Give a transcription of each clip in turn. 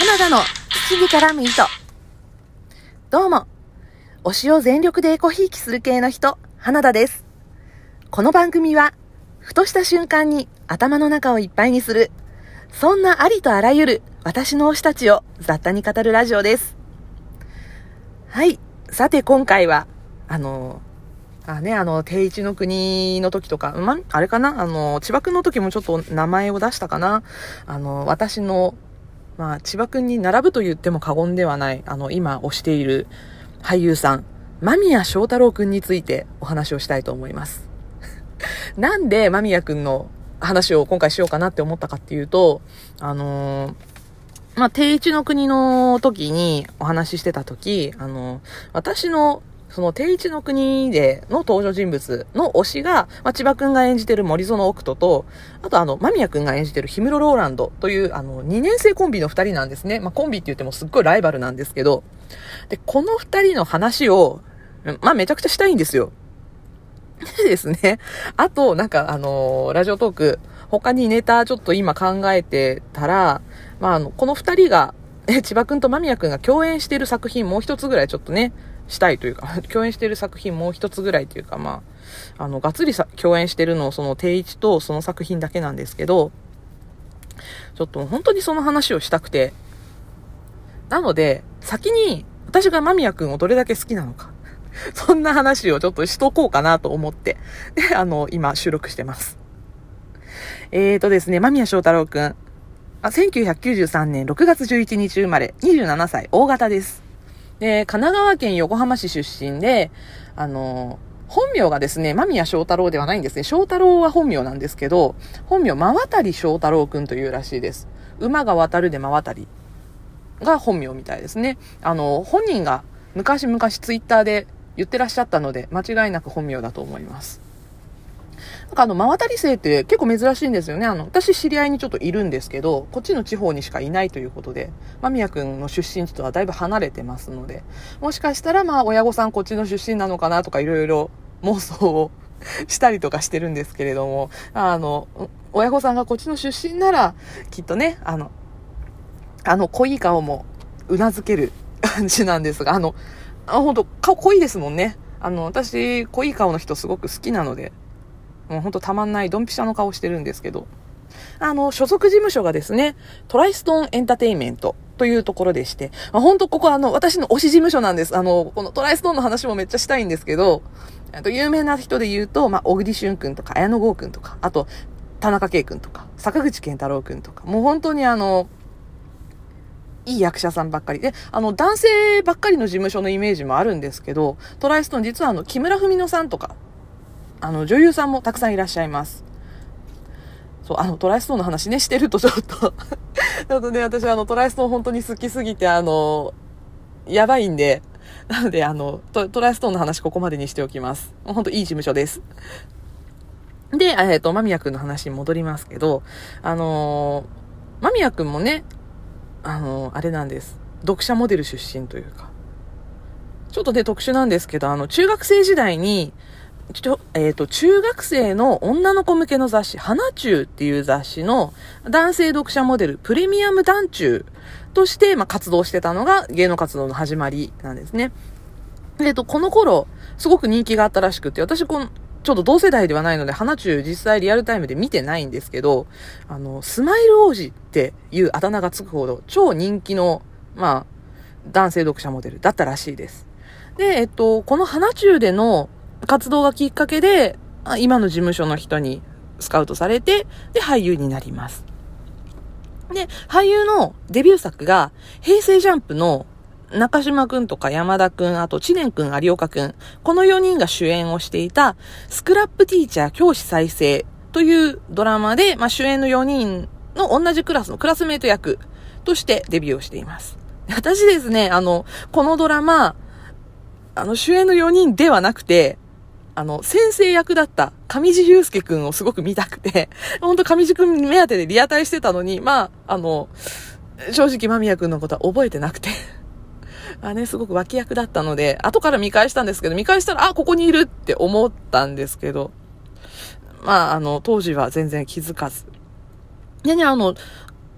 花田の土に絡む糸。どうも、推しを全力でエコひいきする系の人、花田です。この番組は、ふとした瞬間に頭の中をいっぱいにする、そんなありとあらゆる私の推したちを雑多に語るラジオです。はい、さて今回は、定一の国の時とか、あれかな千葉くんの時もちょっと名前を出したかな私の、千葉くんに並ぶと言っても過言ではない、今推している俳優さん、間宮祥太朗くんについてお話をしたいと思います。なんで間宮くんの話を今回しようかなって思ったかっていうと、定一の国の時にお話ししてた時、私のその定一の国での登場人物の推しが、千葉くんが演じてる森園奥人と、あと間宮くんが演じてる氷室ローランドという2年生コンビの2人なんですね。コンビって言ってもすっごいライバルなんですけど、で、この2人の話を、めちゃくちゃしたいんですよ。でですね、あと、ラジオトーク、他にネタちょっと今考えてたら、この二人が、千葉くんと間宮くんが共演している作品もう一つぐらいちょっとね、したいというか、共演している作品もう一つぐらいというか、がっつり共演しているのをその定一とその作品だけなんですけど、ちょっと本当にその話をしたくて、なので、先に私が間宮くんをどれだけ好きなのか、そんな話をちょっとしとこうかなと思って、で、今収録してます。ですね、間宮祥太朗くん。1993年6月11日生まれ、27歳、大型です。で、神奈川県横浜市出身で、本名がですね、間宮祥太朗ではないんですね。祥太朗は本名なんですけど、本名、馬渡祥太朗くんというらしいです。馬が渡るで馬渡りが本名みたいですね。本人が昔々ツイッターで言ってらっしゃったので、間違いなく本名だと思います。真渡り生って結構珍しいんですよね。私知り合いにちょっといるんですけど、こっちの地方にしかいないということで、間宮くんの出身地とはだいぶ離れてますので、もしかしたら親御さんこっちの出身なのかなとかいろいろ妄想をしたりとかしてるんですけれども、親御さんがこっちの出身なら、きっとね、濃い顔もうなずける感じなんですが、本当顔濃いですもんね。私、濃い顔の人すごく好きなので、もうほんとたまんないドンピシャの顔してるんですけど、所属事務所がですね、トライストーンエンターテインメントというところでして、ほんとここ私の推し事務所なんです。このトライストーンの話もめっちゃしたいんですけど、有名な人で言うと、小栗旬くんとか、綾野剛くんとか、あと、田中圭くんとか、坂口健太郎くんとか、もう本当にいい役者さんばっかりで、男性ばっかりの事務所のイメージもあるんですけど、トライストーン実は木村文乃さんとか、女優さんもたくさんいらっしゃいます。そう、トライストーンの話ね、してるとちょっとちょっとね、私トライストーン本当に好きすぎて、やばいんで、なので、トライストーンの話ここまでにしておきます。本当いい事務所です。で、間宮くんの話に戻りますけど、間宮くんもね、あれなんです。読者モデル出身というか、ちょっとね、特殊なんですけど、中学生時代に、中学生の女の子向けの雑誌、花中っていう雑誌の男性読者モデル、プレミアム団中として、活動してたのが芸能活動の始まりなんですね。この頃、すごく人気があったらしくて、私ちょっと同世代ではないので、花中実際リアルタイムで見てないんですけど、スマイル王子っていうあだ名がつくほど、超人気の、男性読者モデルだったらしいです。で、この花中での活動がきっかけで、今の事務所の人にスカウトされて、で、俳優になります。で、俳優のデビュー作が、平成ジャンプの中島くんとか山田くん、あと知念くん、有岡くん、この4人が主演をしていた、スクラップティーチャー教師再生というドラマで、主演の4人の同じクラスのクラスメイト役としてデビューをしています。私ですね、このドラマ、主演の4人ではなくて、先生役だった上地雄介くんをすごく見たくて、本当上地くん目当てでリアタイしてたのに、正直間宮くんのことは覚えてなくて。すごく脇役だったので、後から見返したんですけど、見返したら、ここにいるって思ったんですけど、当時は全然気づかず。でね、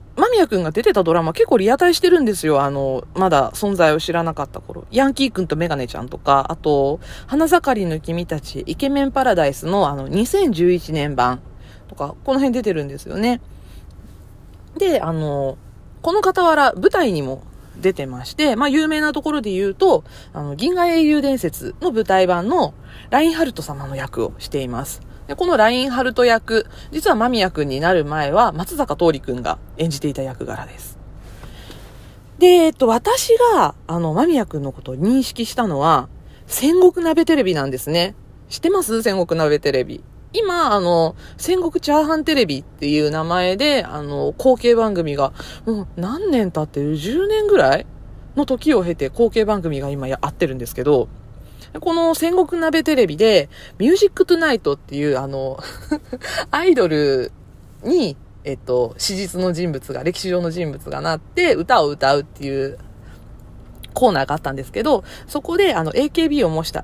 間宮くんが出てたドラマ結構リアタイしてるんですよ。まだ存在を知らなかった頃。ヤンキーくんとメガネちゃんとか、あと、花盛りの君たち、イケメンパラダイスの2011年版とか、この辺出てるんですよね。で、この傍ら、舞台にも出てまして、まあ、有名なところで言うと、銀河英雄伝説の舞台版のラインハルト様の役をしています。で、このラインハルト役、実は間宮くんになる前は松坂桃李くんが演じていた役柄です。で、私が、間宮くんのことを認識したのは、戦国鍋テレビなんですね。知ってます？戦国鍋テレビ。今、戦国チャーハンテレビっていう名前で、後継番組が、もう何年経ってる？ 10 年ぐらいの時を経て後継番組が今やってるんですけど、この戦国鍋テレビで、ミュージックトゥナイトっていうアイドルに、史実の人物が、歴史上の人物がなって、歌を歌うっていうコーナーがあったんですけど、そこでAKB を模した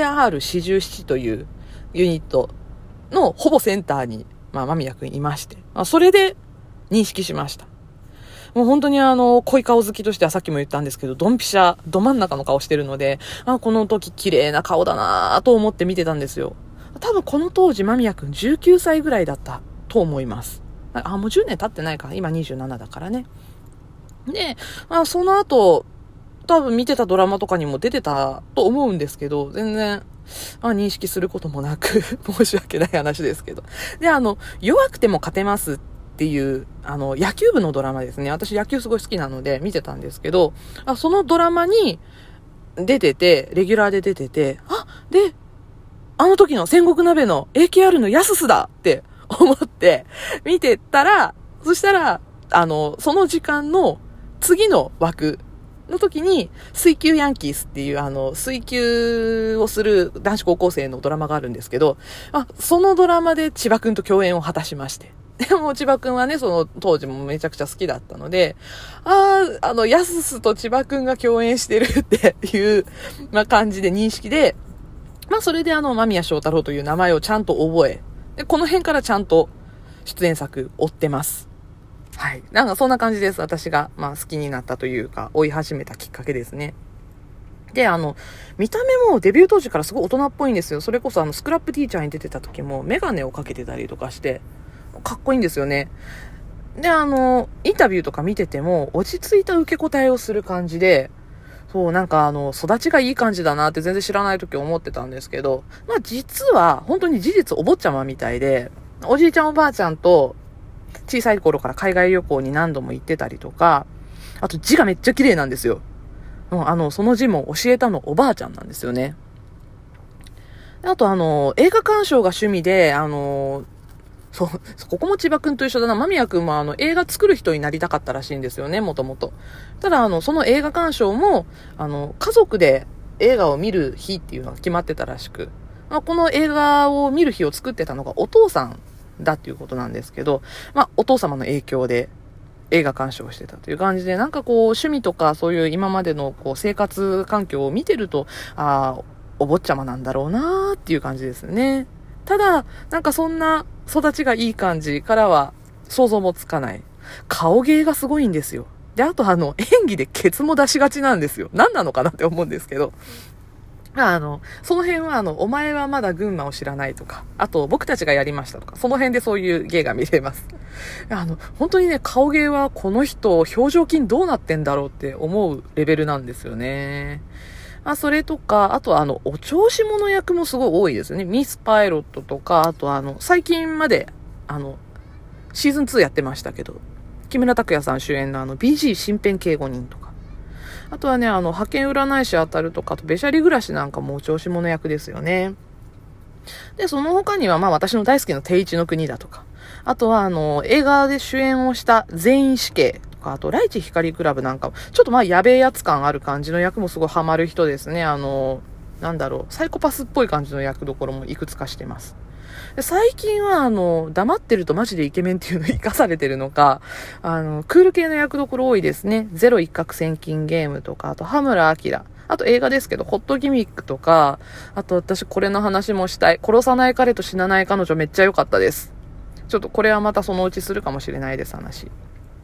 AKR47 というユニットのほぼセンターに、間宮くんいまして、それで認識しました。もう本当に濃い顔好きとしてはさっきも言ったんですけど、ドンピシャ、ど真ん中の顔してるので、この時綺麗な顔だなぁと思って見てたんですよ。多分この当時間宮くん19歳ぐらいだったと思います。もう10年経ってないか。今27だからね。で、その後、多分見てたドラマとかにも出てたと思うんですけど、全然、認識することもなく、申し訳ない話ですけど。で、弱くても勝てますっていう、野球部のドラマですね。私野球すごい好きなので見てたんですけど、そのドラマに出てて、レギュラーで出てて、で、あの時の戦国鍋の AKR のヤススだって思って見てたら、そしたら、その時間の次の枠の時に、水球ヤンキースっていう水球をする男子高校生のドラマがあるんですけど、そのドラマで千葉くんと共演を果たしまして。でも千葉くんはね、その当時もめちゃくちゃ好きだったので、ヤススと千葉くんが共演してるっていう、感じで認識で、それで間宮祥太朗という名前をちゃんと覚え、で、この辺からちゃんと出演作追ってます。はい。なんかそんな感じです。私が、好きになったというか、追い始めたきっかけですね。で、見た目もデビュー当時からすごい大人っぽいんですよ。それこそスクラップティーチャーに出てた時もメガネをかけてたりとかして、かっこいいんですよね。で、インタビューとか見てても、落ち着いた受け答えをする感じで、そう、なんか育ちがいい感じだなって全然知らない時思ってたんですけど、実は、本当に事実お坊ちゃまみたいで、おじいちゃんおばあちゃんと、小さい頃から海外旅行に何度も行ってたりとか、あと字がめっちゃ綺麗なんですよ。その字も教えたのおばあちゃんなんですよね。あと映画鑑賞が趣味で、そう、ここも千葉くんと一緒だな。間宮くんも映画作る人になりたかったらしいんですよね、もともと。ただその映画鑑賞も、家族で映画を見る日っていうのが決まってたらしく、この映画を見る日を作ってたのがお父さんだっていうことなんですけど、お父様の影響で映画鑑賞をしてたという感じで、なんか趣味とかそういう今までの生活環境を見てると、お坊ちゃまなんだろうなーっていう感じですね。ただ、なんかそんな育ちがいい感じからは想像もつかない。顔芸がすごいんですよ。で、あと演技でケツも出しがちなんですよ。何なのかなって思うんですけど。その辺はお前はまだ群馬を知らないとか、あと僕たちがやりましたとか、その辺でそういう芸が見れます。本当にね、顔芸はこの人、表情筋どうなってんだろうって思うレベルなんですよね。それとか、あとお調子者役もすごい多いですよね。ミスパイロットとか、あと最近まで、シーズン2やってましたけど、木村拓哉さん主演のBG 身辺警護人とか、あとはね、派遣占い師当たるとか、あとべしゃり暮らしなんかもお調子者役ですよね。で、その他には、私の大好きな定一の国だとか、あとは映画で主演をした全員死刑とか、あとライチ光クラブなんかも、ちょっとやべえやつ感ある感じの役もすごいハマる人ですね。サイコパスっぽい感じの役どころもいくつかしてます。で、最近は黙ってるとマジでイケメンっていうのを生かされてるのか、クール系の役どころ多いですね。ゼロ一攫千金ゲームとか、あと羽村明。あと映画ですけど、ホットギミックとか、あと私これの話もしたい。殺さない彼と死なない彼女めっちゃ良かったです。ちょっとこれはまたそのうちするかもしれないです、話。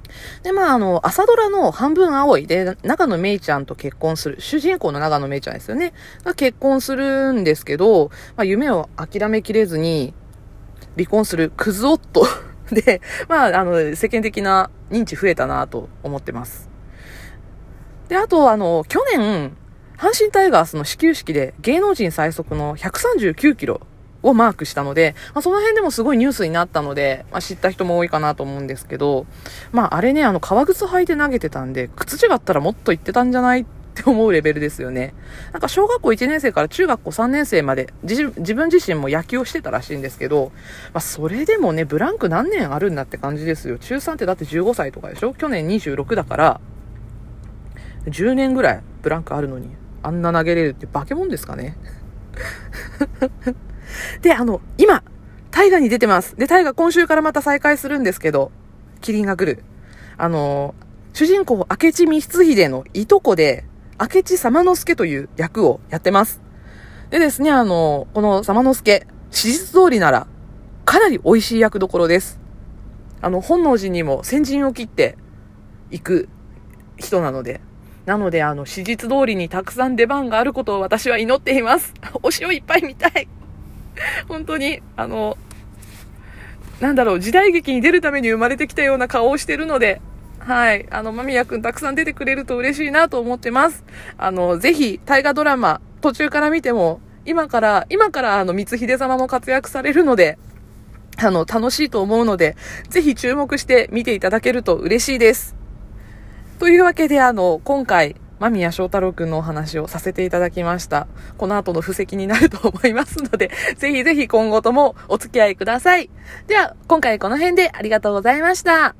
で、朝ドラの半分青いで、長野めいちゃんと結婚する、主人公の長野めいちゃんですよね。が結婚するんですけど、夢を諦めきれずに、離婚するクズ夫で、世間的な認知増えたなと思ってます。で、あと、去年、阪神タイガースの始球式で芸能人最速の139キロをマークしたので、その辺でもすごいニュースになったので、知った人も多いかなと思うんですけど、あれね、革靴履いて投げてたんで、靴違ったらもっと行ってたんじゃないって思うレベルですよね。なんか小学校1年生から中学校3年生まで、自分自身も野球をしてたらしいんですけど、それでもね、ブランク何年あるんだって感じですよ。中3ってだって15歳とかでしょ？去年26だから、10年ぐらいブランクあるのに、あんな投げれるって化け物ですかね。で、今、大河に出てます。で、大河今週からまた再開するんですけど、キリンが来る。主人公、明智光秀のいとこで、明智左馬之助という役をやってます。でですね、この左馬之助、史実通りなら、かなり美味しい役どころです。本能寺にも先陣を切っていく人なので、史実通りにたくさん出番があることを私は祈っています。推しをいっぱい見たい。本当に、時代劇に出るために生まれてきたような顔をしてるので、はい、間宮くんたくさん出てくれると嬉しいなと思ってます。ぜひ、大河ドラマ、途中から見ても、今から光秀様も活躍されるので、楽しいと思うので、ぜひ注目して見ていただけると嬉しいです。というわけで、今回、間宮祥太朗くんのお話をさせていただきました。この後の布石になると思いますので、ぜひぜひ今後ともお付き合いください。では、今回この辺でありがとうございました。